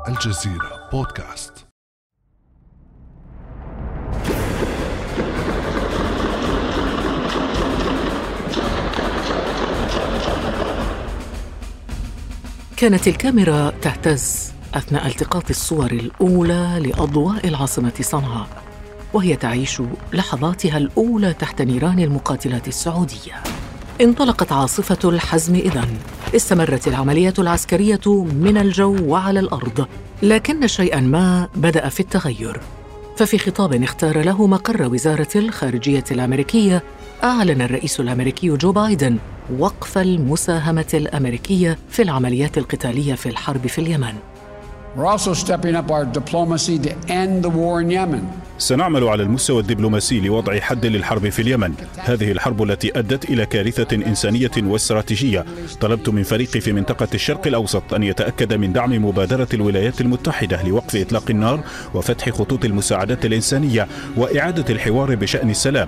الجزيرة بودكاست. كانت الكاميرا تهتز أثناء التقاط الصور الأولى لأضواء العاصمة صنعاء، وهي تعيش لحظاتها الأولى تحت نيران المقاتلات السعودية. انطلقت عاصفة الحزم إذن، استمرت العمليات العسكرية من الجو وعلى الأرض، لكن شيئاً ما بدأ في التغير. ففي خطاب اختار له مقر وزارة الخارجية الأمريكية، أعلن الرئيس الأمريكي جو بايدن وقف المساهمة الأمريكية في العمليات القتالية في الحرب في اليمن. سنعمل على المستوى الدبلوماسي لوضع حد للحرب في اليمن. هذه الحرب التي أدت إلى كارثة إنسانية واستراتيجية. طلبت من فريقي في منطقة الشرق الأوسط أن يتأكد من دعم مبادرة الولايات المتحدة لوقف إطلاق النار وفتح خطوط المساعدات الإنسانية وإعادة الحوار بشأن السلام.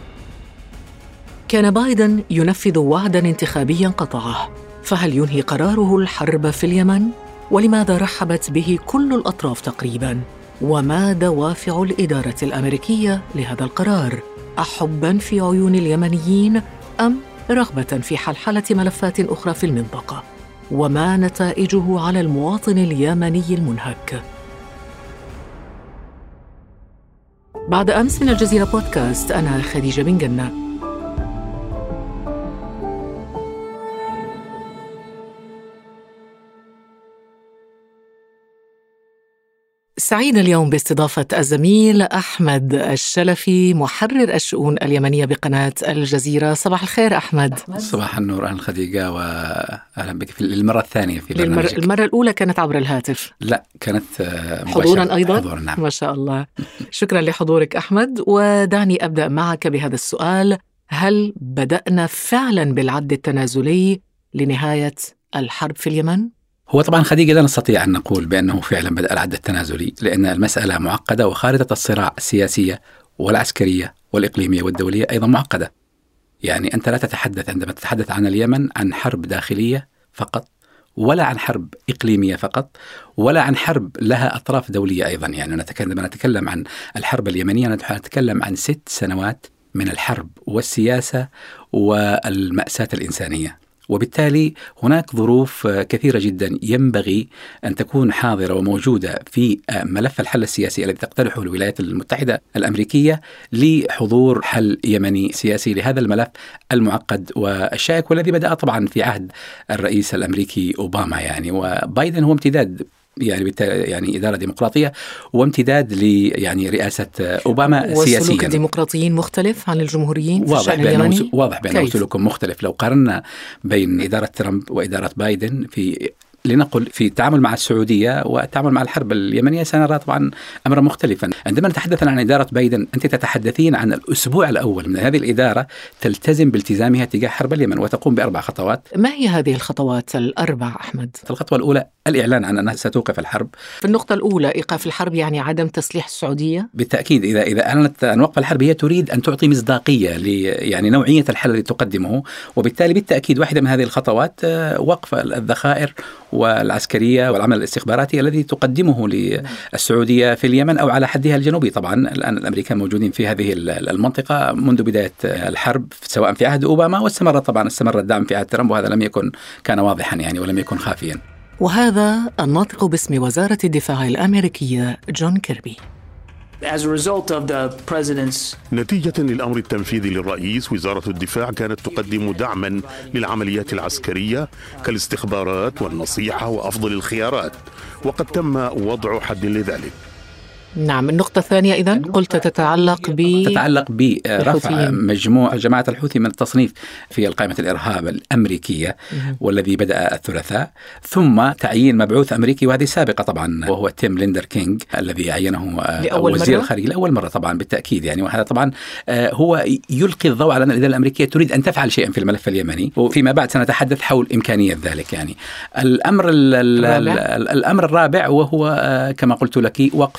كان بايدن ينفذ وعداً انتخابياً قطعه، فهل ينهي قراره الحرب في اليمن؟ ولماذا رحبت به كل الأطراف تقريباً؟ وما دوافع الإدارة الأمريكية لهذا القرار؟ أحباً في عيون اليمنيين أم رغبة في حلحلة ملفات أخرى في المنطقة؟ وما نتائجه على المواطن اليمني المنهك؟ بعد أمس من الجزيرة بودكاست، أنا خديجة بن جنة. سعيدة اليوم باستضافة الزميل أحمد الشلفي، محرر الشؤون اليمنية بقناة الجزيرة. صباح الخير أحمد. صباح النور، أهلا خديجة، وأهلا بك في المرة الثانية في برنامجك. المرة الأولى كانت عبر الهاتف. لا، كانت حضوراً أيضاً. حضور، نعم. ما شاء الله. شكراً لحضورك أحمد، ودعني أبدأ معك بهذا السؤال: هل بدأنا فعلاً بالعد التنازلي لنهاية الحرب في اليمن؟ هو طبعا خديجة لا نستطيع أن نقول بأنه فعلا بدأ العد التنازلي، لأن المسألة معقدة، وخارطة الصراع السياسية والعسكرية والإقليمية والدولية أيضا معقدة. يعني أنت لا تتحدث عندما تتحدث عن اليمن عن حرب داخلية فقط، ولا عن حرب إقليمية فقط، ولا عن حرب لها أطراف دولية أيضا. يعني نتكلم عن الحرب اليمنية، نتكلم عن 6 سنوات من الحرب والسياسة والمأساة الإنسانية. وبالتالي هناك ظروف كثيرة جدا ينبغي أن تكون حاضرة وموجودة في ملف الحل السياسي الذي تقترحه الولايات المتحدة الأمريكية لحضور حل يمني سياسي لهذا الملف المعقد والشائك، والذي بدأ طبعا في عهد الرئيس الأمريكي أوباما. يعني وبايدن هو امتداد، يعني إدارة ديمقراطية وامتداد يعني رئاسة أوباما سياسيا. وسلوك الديمقراطيين مختلف عن الجمهوريين في الشأن اليمني؟ واضح بأنه سلوكهم مختلف. لو قارنا بين إدارة ترامب وإدارة بايدن لنقل في التعامل مع السعودية والتعامل مع الحرب اليمنية، سنرى طبعا أمرا مختلفا. عندما نتحدث عن إدارة بايدن، أنت تتحدثين عن الأسبوع الأول من هذه الإدارة تلتزم بالتزامها تجاه حرب اليمن وتقوم ب4 خطوات. ما هي هذه الخطوات ال4 أحمد؟ الخطوة الأولى الإعلان عن أنها ستوقف الحرب. في النقطة الأولى إيقاف الحرب يعني عدم تسليح السعودية؟ بالتأكيد، إذا أعلنت عن وقف الحرب هي تريد أن تعطي مصداقية يعني نوعية الحل الذي تقدمه، وبالتالي بالتأكيد واحدة من هذه الخطوات وقف الذخائر والعسكرية والعمل الاستخباراتي الذي تقدمه للسعودية في اليمن أو على حدها الجنوبي. طبعا الآن الأمريكان موجودين في هذه المنطقة منذ بداية الحرب، سواء في عهد أوباما واستمر الدعم في عهد ترامب، وهذا كان واضحا يعني ولم يكن خافيا. وهذا الناطق باسم وزارة الدفاع الأمريكية جون كيربي. نتيجة للأمر التنفيذي للرئيس، وزارة الدفاع كانت تقدم دعما للعمليات العسكرية كالاستخبارات والنصيحة وأفضل الخيارات، وقد تم وضع حد لذلك. نعم. النقطة الثانية إذن قلت تتعلق برفع مجموع جماعة الحوثي من التصنيف في قائمة الإرهاب الأمريكية، والذي بدأ الثلاثاء، ثم تعيين مبعوث أمريكي، وهذه سابقة طبعا، وهو تيم ليندر كينغ الذي عينه وزير الخارجية لأول مرة طبعا بالتأكيد. يعني وهذا طبعا هو يلقي الضوء على أن الإدارة الأمريكية تريد أن تفعل شيئا في الملف اليمني، وفيما بعد سنتحدث حول إمكانية ذلك. يعني الأمر الرابع وهو كما قلت لك وقف العملية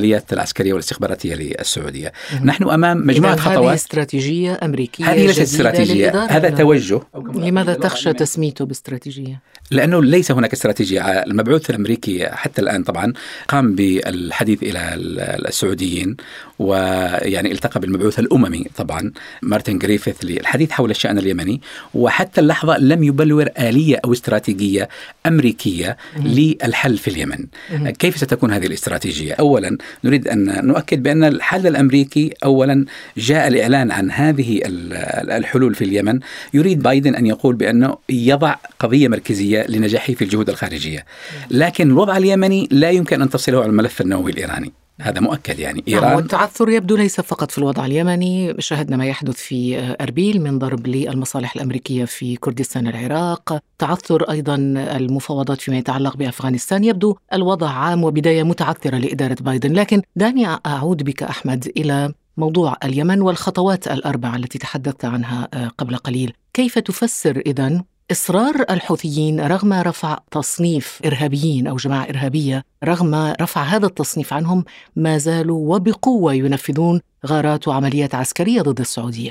العمليات العسكرية والاستخباراتية للسعودية. نحن أمام مجموعة خطوات. هذه استراتيجية أمريكية. هذه ليست استراتيجية، هذا توجه. لماذا تخشى تسميته باستراتيجية؟ لأنه ليس هناك استراتيجية. المبعوث الأمريكي حتى الآن طبعا قام بالحديث إلى السعوديين، ويعني التقى بالمبعوث الأممي طبعا مارتن غريفيث للحديث حول الشأن اليمني، وحتى اللحظة لم يبلور آلية أو استراتيجية أمريكية للحل في اليمن. كيف ستكون هذه الاستراتيجية؟ أولا نريد أن نؤكد بأن الحل الأمريكي أولا جاء الإعلان عن هذه الحلول في اليمن. يريد بايدن أن يقول بأنه يضع قضية مركزية لنجاحه في الجهود الخارجية، لكن الوضع اليمني لا يمكن أن تفصله عن الملف النووي الإيراني، هذا مؤكد. يعني إيران والتعثر يبدو ليس فقط في الوضع اليمني. شاهدنا ما يحدث في أربيل من ضرب للمصالح الأمريكية في كردستان العراق، تعثر أيضا المفاوضات فيما يتعلق بأفغانستان. يبدو الوضع عام وبداية متعثرة لإدارة بايدن. لكن دعني أعود بك أحمد إلى موضوع اليمن والخطوات الأربعة التي تحدثت عنها قبل قليل. كيف تفسر إذن إصرار الحوثيين رغم رفع تصنيف إرهابيين أو جماعة إرهابية، رغم رفع هذا التصنيف عنهم ما زالوا وبقوة ينفذون غارات وعمليات عسكرية ضد السعودية؟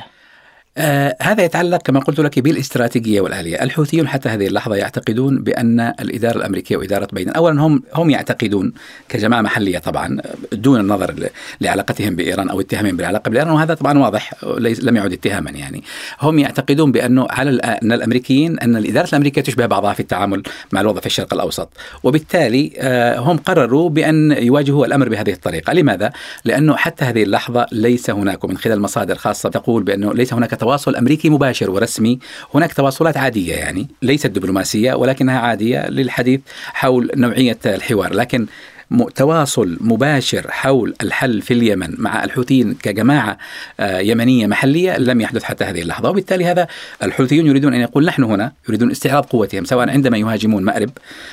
هذا يتعلق كما قلت لك بالاستراتيجية والآلية. الحوثيون حتى هذه اللحظة يعتقدون بأن الإدارة الأمريكية وإدارة بايدن أولا هم يعتقدون كجماعة محلية طبعا دون النظر لعلاقتهم بإيران أو اتهامهم بالعلاقة بإيران، وهذا طبعا واضح لم يعد اتهاما. يعني هم يعتقدون بأنه أن الأمريكيين أن الإدارة الأمريكية تشبه بعضها في التعامل مع الوضع في الشرق الأوسط، وبالتالي هم قرروا بأن يواجهوا الأمر بهذه الطريقة. لماذا؟ لأنه حتى هذه اللحظة ليس هناك، ومن خلال مصادر خاصة تقول بأنه ليس هناك تواصل أمريكي مباشر ورسمي. هناك تواصلات عادية يعني ليست دبلوماسية ولكنها عادية للحديث حول نوعية الحوار، لكن تواصل مباشر حول الحل في اليمن مع الحوثيين كجماعة يمنية محلية لم يحدث حتى هذه اللحظة. وبالتالي هذا الحوثيون يريدون أن يقول نحن هنا، يريدون استعراض قوتهم سواء عندما يهاجمون مأرب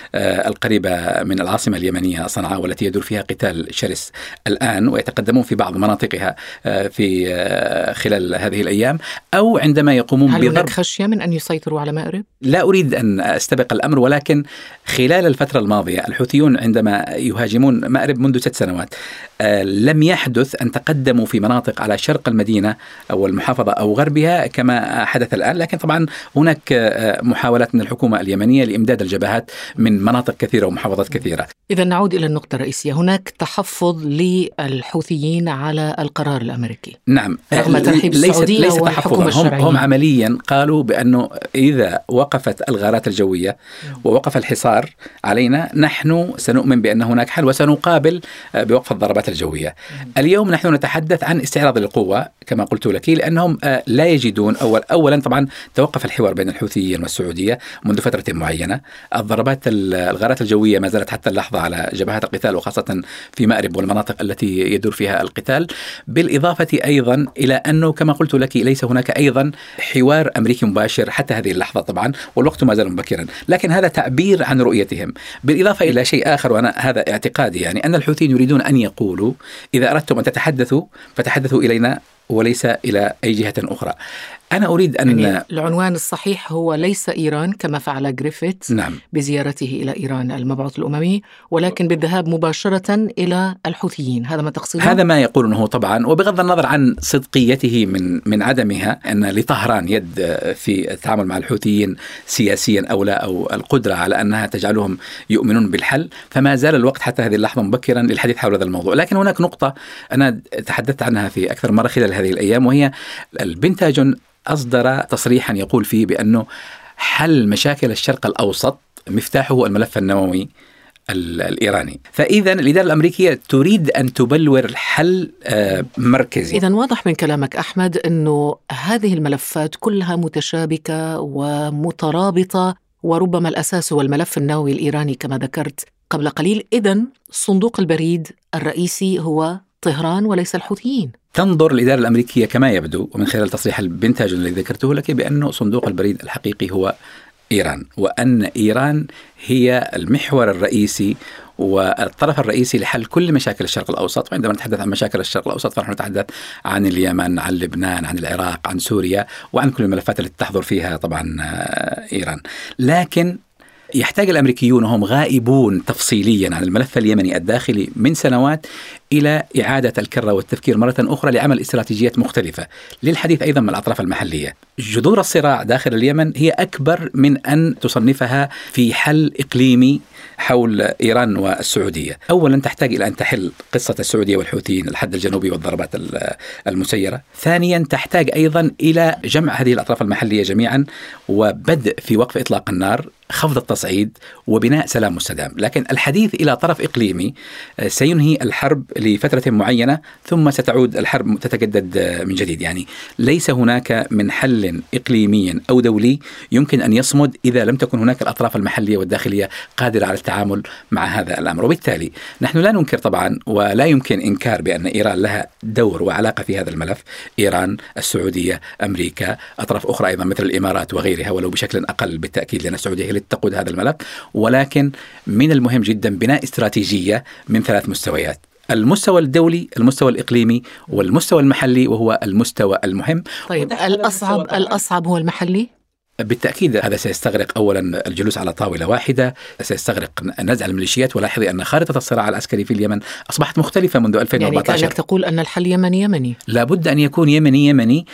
القريبة من العاصمة اليمنية صنعاء والتي يدور فيها قتال شرس الآن ويتقدمون في بعض مناطقها في خلال هذه الأيام، أو عندما يقومون بضرب. هل هناك خشية من أن يسيطروا على مأرب؟ لا أريد أن أستبق الأمر، ولكن خلال الفترة الماضية الحوثيون عندما يهاجمون مأرب منذ 6 سنوات لم يحدث أن تقدموا في مناطق على شرق المدينة أو المحافظة أو غربها كما حدث الآن، لكن طبعا هناك محاولات من الحكومة اليمنية لإمداد الجبهات من مناطق كثيرة ومحافظات كثيرة. إذا نعود إلى النقطة الرئيسية، هناك تحفظ للحوثيين على القرار الأمريكي. نعم، رغم ترحيب السعودية والحكومة الشرعية. هم عمليا قالوا بأنه إذا وقفت الغارات الجوية ووقف الحصار علينا نحن سنؤمن بأن هناك حل وسنقابل بوقف الضربات الجوية. اليوم نحن نتحدث عن استعراض القوة كما قلت لك، لأنهم لا يجدون أولا طبعا توقف الحوار بين الحوثيين والسعودية منذ فترة معينة. الغارات الجوية ما زالت حتى اللحظة على جبهات القتال وخاصة في مأرب والمناطق التي يدور فيها القتال، بالإضافة أيضا إلى أنه كما قلت لك ليس هناك أيضا حوار أمريكي مباشر حتى هذه اللحظة طبعا، والوقت ما زال مبكرا، لكن هذا تعبير عن رؤيتهم. بالإضافة إلى شيء آخر وأنا هذا اعتقادي، يعني أن الحوثيين يريدون أن يقولوا إذا أردتم أن تتحدثوا فتحدثوا إلينا وليس إلى أي جهة أخرى. أنا أريد أن يعني العنوان الصحيح هو ليس إيران كما فعل غريفيث نعم. بزيارته إلى إيران المبعوث الأممي، ولكن بالذهاب مباشرة إلى الحوثيين. هذا ما تقصده؟ هذا ما يقولونه طبعا، وبغض النظر عن صدقيته من عدمها، أن لطهران يد في التعامل مع الحوثيين سياسيا أو لا، أو القدرة على أنها تجعلهم يؤمنون بالحل، فما زال الوقت حتى هذه اللحظة مبكرا للحديث حول هذا الموضوع. لكن هناك نقطة أنا تحدثت عنها في أكثر مرة خلال هذه الأيام، وهي البنتاجون أصدر تصريحا يقول فيه بأنه حل مشاكل الشرق الأوسط مفتاحه الملف النووي الإيراني. فإذا الإدارة الأمريكية تريد أن تبلور حل مركزي. إذا واضح من كلامك أحمد أنه هذه الملفات كلها متشابكة ومترابطة، وربما الأساس هو الملف النووي الإيراني كما ذكرت قبل قليل. إذن صندوق البريد الرئيسي هو طهران وليس الحوثيين. تنظر الإدارة الأمريكية كما يبدو ومن خلال تصريح البنتاجون الذي ذكرته لك بأنه صندوق البريد الحقيقي هو إيران، وأن إيران هي المحور الرئيسي والطرف الرئيسي لحل كل مشاكل الشرق الأوسط. وعندما نتحدث عن مشاكل الشرق الأوسط فنحن نتحدث عن اليمن، عن لبنان، عن العراق، عن سوريا، وعن كل الملفات التي تحضر فيها طبعا إيران. لكن يحتاج الأمريكيون وهم غائبون تفصيليا عن الملف اليمني الداخلي من سنوات إلى إعادة الكرة والتفكير مرة أخرى لعمل استراتيجيات مختلفة للحديث أيضا مع الأطراف المحلية. جذور الصراع داخل اليمن هي أكبر من أن تصنفها في حل إقليمي حول إيران والسعودية. أولا تحتاج إلى أن تحل قصة السعودية والحوثيين الحد الجنوبي والضربات المسيرة. ثانيا تحتاج أيضا إلى جمع هذه الأطراف المحلية جميعا وبدء في وقف إطلاق النار، خفض التصعيد، وبناء سلام مستدام. لكن الحديث إلى طرف إقليمي سينهي الحرب لفترة معينة ثم ستعود الحرب تتجدد من جديد. يعني ليس هناك من حل إقليمي أو دولي يمكن أن يصمد إذا لم تكن هناك الأطراف المحلية والداخلية قادرة على التعامل مع هذا الأمر. وبالتالي نحن لا ننكر طبعا ولا يمكن إنكار بأن إيران لها دور وعلاقة في هذا الملف. إيران، السعودية، أمريكا، أطراف أخرى أيضا مثل الإمارات وغيرها، ولو بشكل أقل بالتأكيد لأن السعودية هي التي تقود هذا الملف. ولكن من المهم جدا بناء استراتيجية من 3 مستويات: المستوى الدولي، المستوى الإقليمي، والمستوى المحلي، وهو المستوى المهم. طيب الأصعب هو المحلي؟ بالتأكيد هذا سيستغرق أولا الجلوس على طاولة واحدة، سيستغرق نزع الميليشيات. ولاحظي أن خارطة الصراع العسكري في اليمن أصبحت مختلفة منذ 2014. يعني كأنك تقول أن الحل يمني. لابد أن يكون يمني،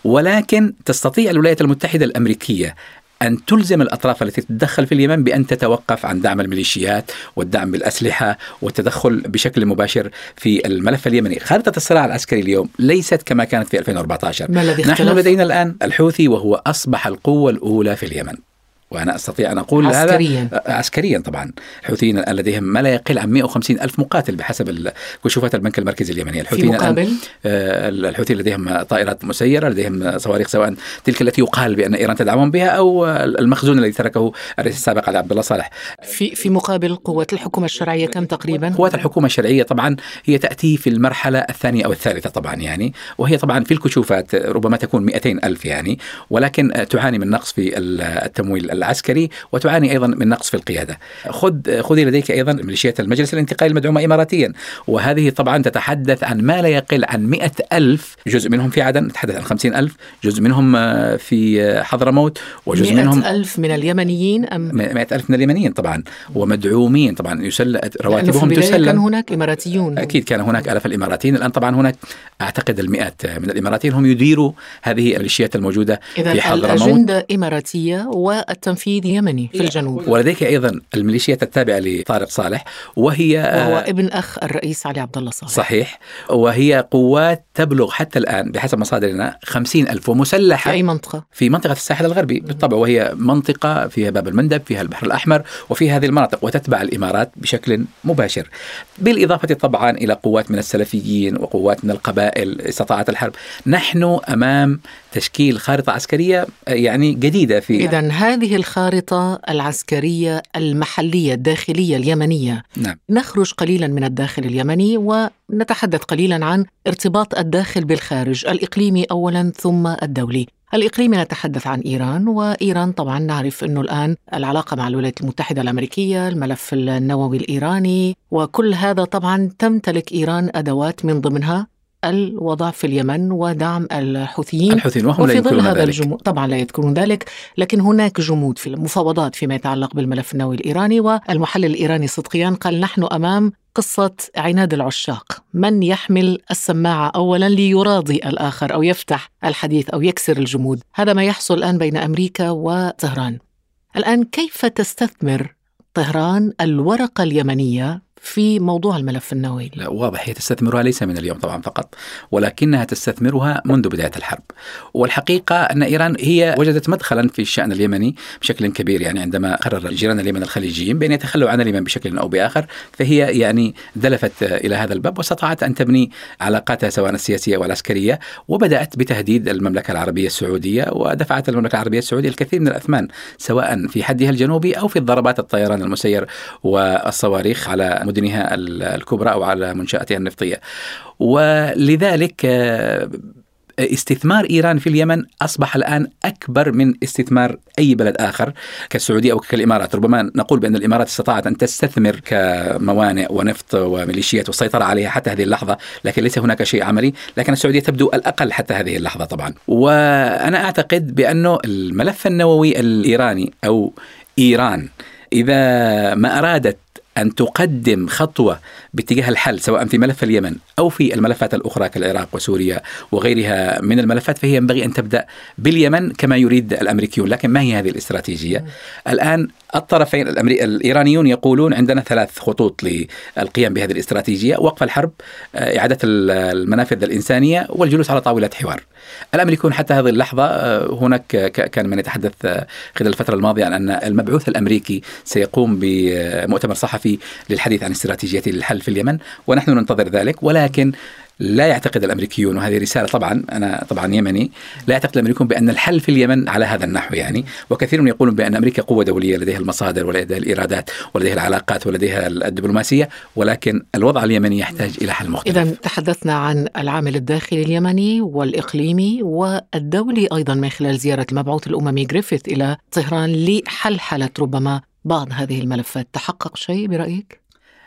ولكن تستطيع الولايات المتحدة الأمريكية أن تلزم الأطراف التي تتدخل في اليمن بأن تتوقف عن دعم الميليشيات والدعم بالأسلحة والتدخل بشكل مباشر في الملف اليمني. خارطة الصراع العسكري اليوم ليست كما كانت في 2014. نحن لدينا الآن الحوثي وهو أصبح القوة الأولى في اليمن، وأنا أستطيع أن أقول عسكريا طبعا. الحوثيين الآن لديهم ما لا يقل عن 150 ألف مقاتل بحسب كشوفات البنك المركزي اليمني. في مقابل الحوثيين لديهم طائرات مسيرة، لديهم صواريخ، سواء تلك التي يقال بأن إيران تدعمهم بها أو المخزون الذي تركه الرئيس السابق علي عبد الله صالح. في مقابل قوة الحكومة الشرعية كم تقريبا؟ قوات الحكومة الشرعية طبعا هي تأتي في المرحلة الثانية أو الثالثة طبعا يعني، وهي طبعا في الكشوفات ربما تكون 200 ألف يعني، ولكن تعاني من نقص في التمويل العسكري وتعاني أيضا من نقص في القيادة. خذي لديك أيضا ميليشيات المجلس الانتقالي المدعومة إماراتيا، وهذه طبعا تتحدث عن ما لا يقل عن 100 ألف، جزء منهم في عدن، تتحدث عن 50 ألف، جزء منهم في حضرموت، وجزء منهم 100 ألف من اليمنيين 100 ألف من اليمنيين طبعا، ومدعومين طبعا، رواتبهم تسلم. كان هناك إماراتيون، أكيد كان هناك آلاف الإماراتيين. الآن طبعا هناك أعتقد المئات من الإماراتيين هم يديروا هذه الميليشيات الموجودة في حضرموت. الأجندة إماراتية والتنفيذ يمني في الجنوب. ولديك أيضا الميليشيات التابعة لطارق صالح وهو ابن أخ الرئيس علي عبد الله صالح. صحيح، وهي قوات تبلغ حتى الآن بحسب مصادرنا 50 ألف ومسلحة. في أي منطقة؟ في منطقة الساحل الغربي بالطبع، وهي منطقة فيها باب المندب، فيها البحر الأحمر، وفي هذه المناطق، وتتبع الإمارات بشكل مباشر، بالإضافة طبعا إلى قوات من السلفيين وقوات من القبائل استطاعت الحرب. نحن أمام تشكيل خارطة عسكرية يعني جديدة. إذن هذه الخارطة العسكرية المحلية الداخلية اليمنية. نعم. نخرج قليلا من الداخل اليمني ونتحدث قليلا عن ارتباط الداخل بالخارج، الإقليمي أولا ثم الدولي. الإقليمي نتحدث عن إيران، وإيران طبعا نعرف أنه الآن العلاقة مع الولايات المتحدة الأمريكية، الملف النووي الإيراني، وكل هذا طبعا تمتلك إيران أدوات من ضمنها الوضع في اليمن ودعم الحوثيين وهم لا يذكرون هذا الجمود. طبعا لا يذكرون ذلك، لكن هناك جمود في المفاوضات فيما يتعلق بالملف النووي الإيراني. والمحلل الإيراني صدقيان قال نحن أمام قصة عناد العشاق، من يحمل السماعة أولا ليراضي الآخر أو يفتح الحديث أو يكسر الجمود. هذا ما يحصل الآن بين أمريكا وطهران. الآن كيف تستثمر طهران الورقة اليمنية في موضوع الملف النووي؟ لا، واضح هي تستثمرها ليس من اليوم طبعا فقط، ولكنها تستثمرها منذ بداية الحرب. والحقيقة أن إيران هي وجدت مدخلا في الشأن اليمني بشكل كبير، يعني عندما قرر جيران اليمن الخليجيين بأن يتخلوا عن اليمن بشكل أو بآخر، فهي يعني دلفت إلى هذا الباب واستطاعت أن تبني علاقاتها سواء السياسية والعسكرية، وبدأت بتهديد المملكة العربية السعودية، ودفعت المملكة العربية السعودية الكثير من الأثمان سواء في حدها الجنوبي أو في ضربات الطيران المسير والصواريخ على مدنها الكبرى أو على منشآتها النفطية. ولذلك استثمار إيران في اليمن أصبح الآن أكبر من استثمار أي بلد آخر كالسعودية أو كالإمارات. ربما نقول بأن الإمارات استطاعت أن تستثمر كموانئ ونفط وميليشيات والسيطرة عليها حتى هذه اللحظة، لكن ليس هناك شيء عملي. لكن السعودية تبدو الأقل حتى هذه اللحظة طبعا. وأنا أعتقد بأنه الملف النووي الإيراني أو إيران إذا ما أرادت أن تقدم خطوة باتجاه الحل سواء في ملف اليمن أو في الملفات الأخرى كالعراق وسوريا وغيرها من الملفات، فهي ينبغي أن تبدأ باليمن كما يريد الأمريكيون. لكن ما هي هذه الاستراتيجية؟ الآن الطرفين الإيرانيون يقولون عندنا 3 خطوط للقيام بهذه الاستراتيجية: وقف الحرب، إعادة المنافذ الإنسانية، والجلوس على طاولة حوار. الأمريكيون حتى هذه اللحظة هناك كان من يتحدث خلال الفترة الماضية عن أن المبعوث الأمريكي سيقوم بمؤتمر صحفي للحديث عن استراتيجية للحل في اليمن، ونحن ننتظر ذلك. ولكن لا يعتقد الأمريكيون، وهذه رسالة طبعا أنا طبعا يمني، لا يعتقد الأمريكيون بأن الحل في اليمن على هذا النحو يعني. وكثير من يقولون بأن أمريكا قوة دولية لديها المصادر ولديها الإيرادات ولديها العلاقات ولديها الدبلوماسية، ولكن الوضع اليمني يحتاج إلى حل مختلف. إذن تحدثنا عن العامل الداخلي اليمني والإقليمي والدولي أيضا من خلال زيارة المبعوث الأممي غريفيث إلى طهران لحل ربما بعض هذه الملفات. تحقق شيء برأيك؟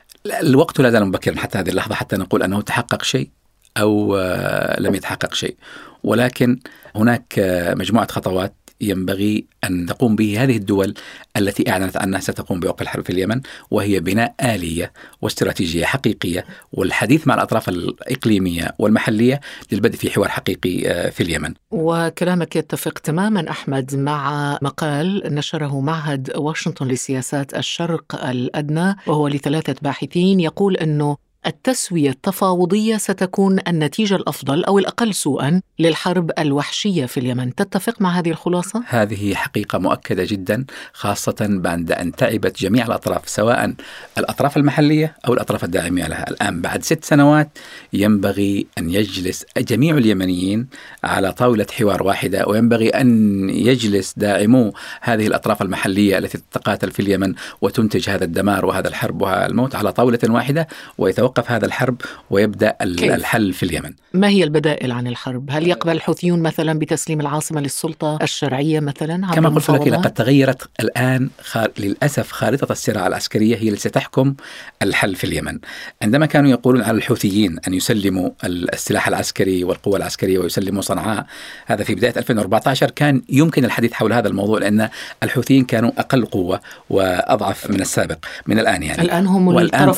الوقت لا زال مبكرا حتى هذه اللحظة حتى نقول أنه تحقق شيء أو لم يتحقق شيء، ولكن هناك مجموعة خطوات ينبغي أن تقوم به هذه الدول التي أعلنت أنها ستقوم بوقف الحرب في اليمن، وهي بناء آلية واستراتيجية حقيقية والحديث مع الأطراف الإقليمية والمحلية للبدء في حوار حقيقي في اليمن. وكلامك يتفق تماما أحمد مع مقال نشره معهد واشنطن لسياسات الشرق الأدنى، وهو ل3 باحثين، يقول أنه التسوية التفاوضية ستكون النتيجة الأفضل أو الأقل سوءا للحرب الوحشية في اليمن. تتفق مع هذه الخلاصة؟ هذه حقيقة مؤكدة جدا، خاصة بعد أن تعبت جميع الأطراف سواء الأطراف المحلية أو الأطراف الداعمة لها. الآن بعد 6 سنوات ينبغي أن يجلس جميع اليمنيين على طاولة حوار واحدة، وينبغي أن يجلس داعمو هذه الأطراف المحلية التي تتقاتل في اليمن وتنتج هذا الدمار وهذا الحرب وهذا الموت على طاولة واحدة، ويتوقف هذا الحرب ويبدأ الحل في اليمن. ما هي البدائل عن الحرب؟ هل يقبل الحوثيون مثلا بتسليم العاصمة للسلطة الشرعية مثلا؟ كما قلت لك لقد تغيرت الآن للأسف خارطة الصراع العسكرية هي التي ستحكم الحل في اليمن. عندما كانوا يقولون على الحوثيين أن يسلموا السلاح العسكري والقوة العسكرية ويسلموا صنعاء، هذا في بداية 2014 كان يمكن الحديث حول هذا الموضوع، لأن الحوثيين كانوا أقل قوة وأضعف من السابق من الآن يعني. الآن هم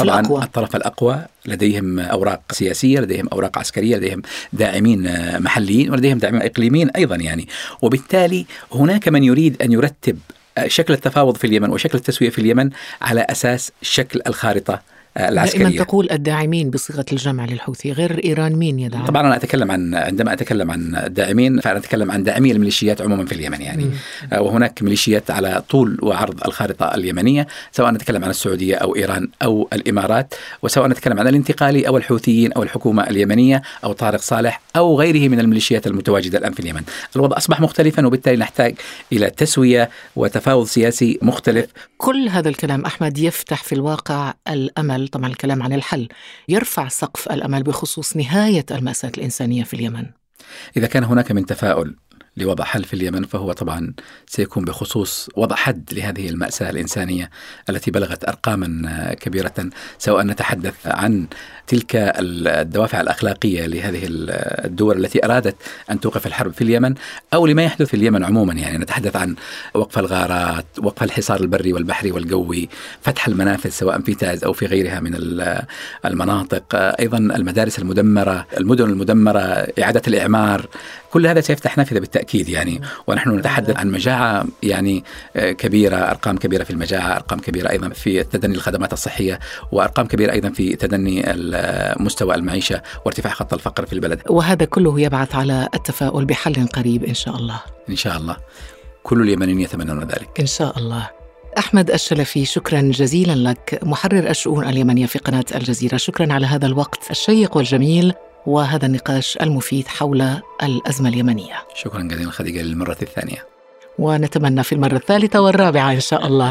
الطرف الأقوى، لديهم أوراق سياسية، لديهم أوراق عسكرية، لديهم داعمين محليين ولديهم داعمين إقليميين أيضا يعني. وبالتالي هناك من يريد أن يرتب شكل التفاوض في اليمن وشكل التسوية في اليمن على أساس شكل الخارطة العسكرية. دائما تقول الداعمين بصيغة الجمع للحوثي، غير إيران مين يدعم؟ طبعا أنا عندما أتكلم عن الداعمين فأنا أتكلم عن داعمي الميليشيات عموما في اليمن يعني. وهناك ميليشيات على طول وعرض الخارطة اليمنية، سواء نتكلم عن السعودية أو إيران أو الإمارات، وسواء نتكلم عن الانتقالي أو الحوثيين أو الحكومة اليمنية أو طارق صالح أو غيره من الميليشيات المتواجدة الآن في اليمن. الوضع أصبح مختلفا، وبالتالي نحتاج إلى تسوية وتفاوض سياسي مختلف. كل هذا الكلام أحمد يفتح في الواقع الأمل، طبعا الكلام عن الحل يرفع سقف الأمل بخصوص نهاية المأساة الإنسانية في اليمن. إذا كان هناك من تفاؤل لوضع حل في اليمن فهو طبعا سيكون بخصوص وضع حد لهذه المأساة الإنسانية التي بلغت أرقاما كبيرة، سواء نتحدث عن تلك الدوافع الأخلاقية لهذه الدول التي أرادت أن توقف الحرب في اليمن أو لما يحدث في اليمن عموما يعني. نتحدث عن وقف الغارات، وقف الحصار البري والبحري والجوي، فتح المنافذ سواء في تاز أو في غيرها من المناطق، أيضا المدارس المدمرة، المدن المدمرة، إعادة الإعمار، كل هذا سيفتح نافذة بالتأكيد يعني. ونحن نتحدث عن مجاعة يعني كبيرة، أرقام كبيرة في المجاعة، أرقام كبيرة أيضا في تدني الخدمات الصحية، وأرقام كبيرة أيضا في تدني مستوى المعيشة وارتفاع خط الفقر في البلد. وهذا كله يبعث على التفاؤل بحل قريب إن شاء الله. إن شاء الله، كل اليمنيين يتمنون ذلك إن شاء الله. أحمد الشلفي، شكرا جزيلا لك، محرر الشؤون اليمنية في قناة الجزيرة. شكرا على هذا الوقت الشيق والجميل وهذا النقاش المفيد حول الأزمة اليمنية. شكرا جزيلا خديجة للمرة الثانية، ونتمنى في المرة الثالثة والرابعة إن شاء الله.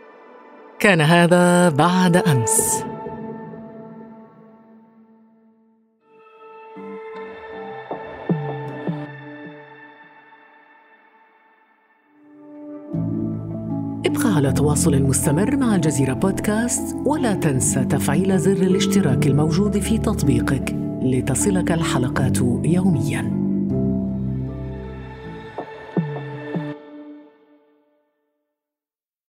كان هذا بعد أمس. ابقى على تواصل مستمر مع الجزيرة بودكاست، ولا تنسى تفعيل زر الاشتراك الموجود في تطبيقك لتصلك الحلقات يومياً.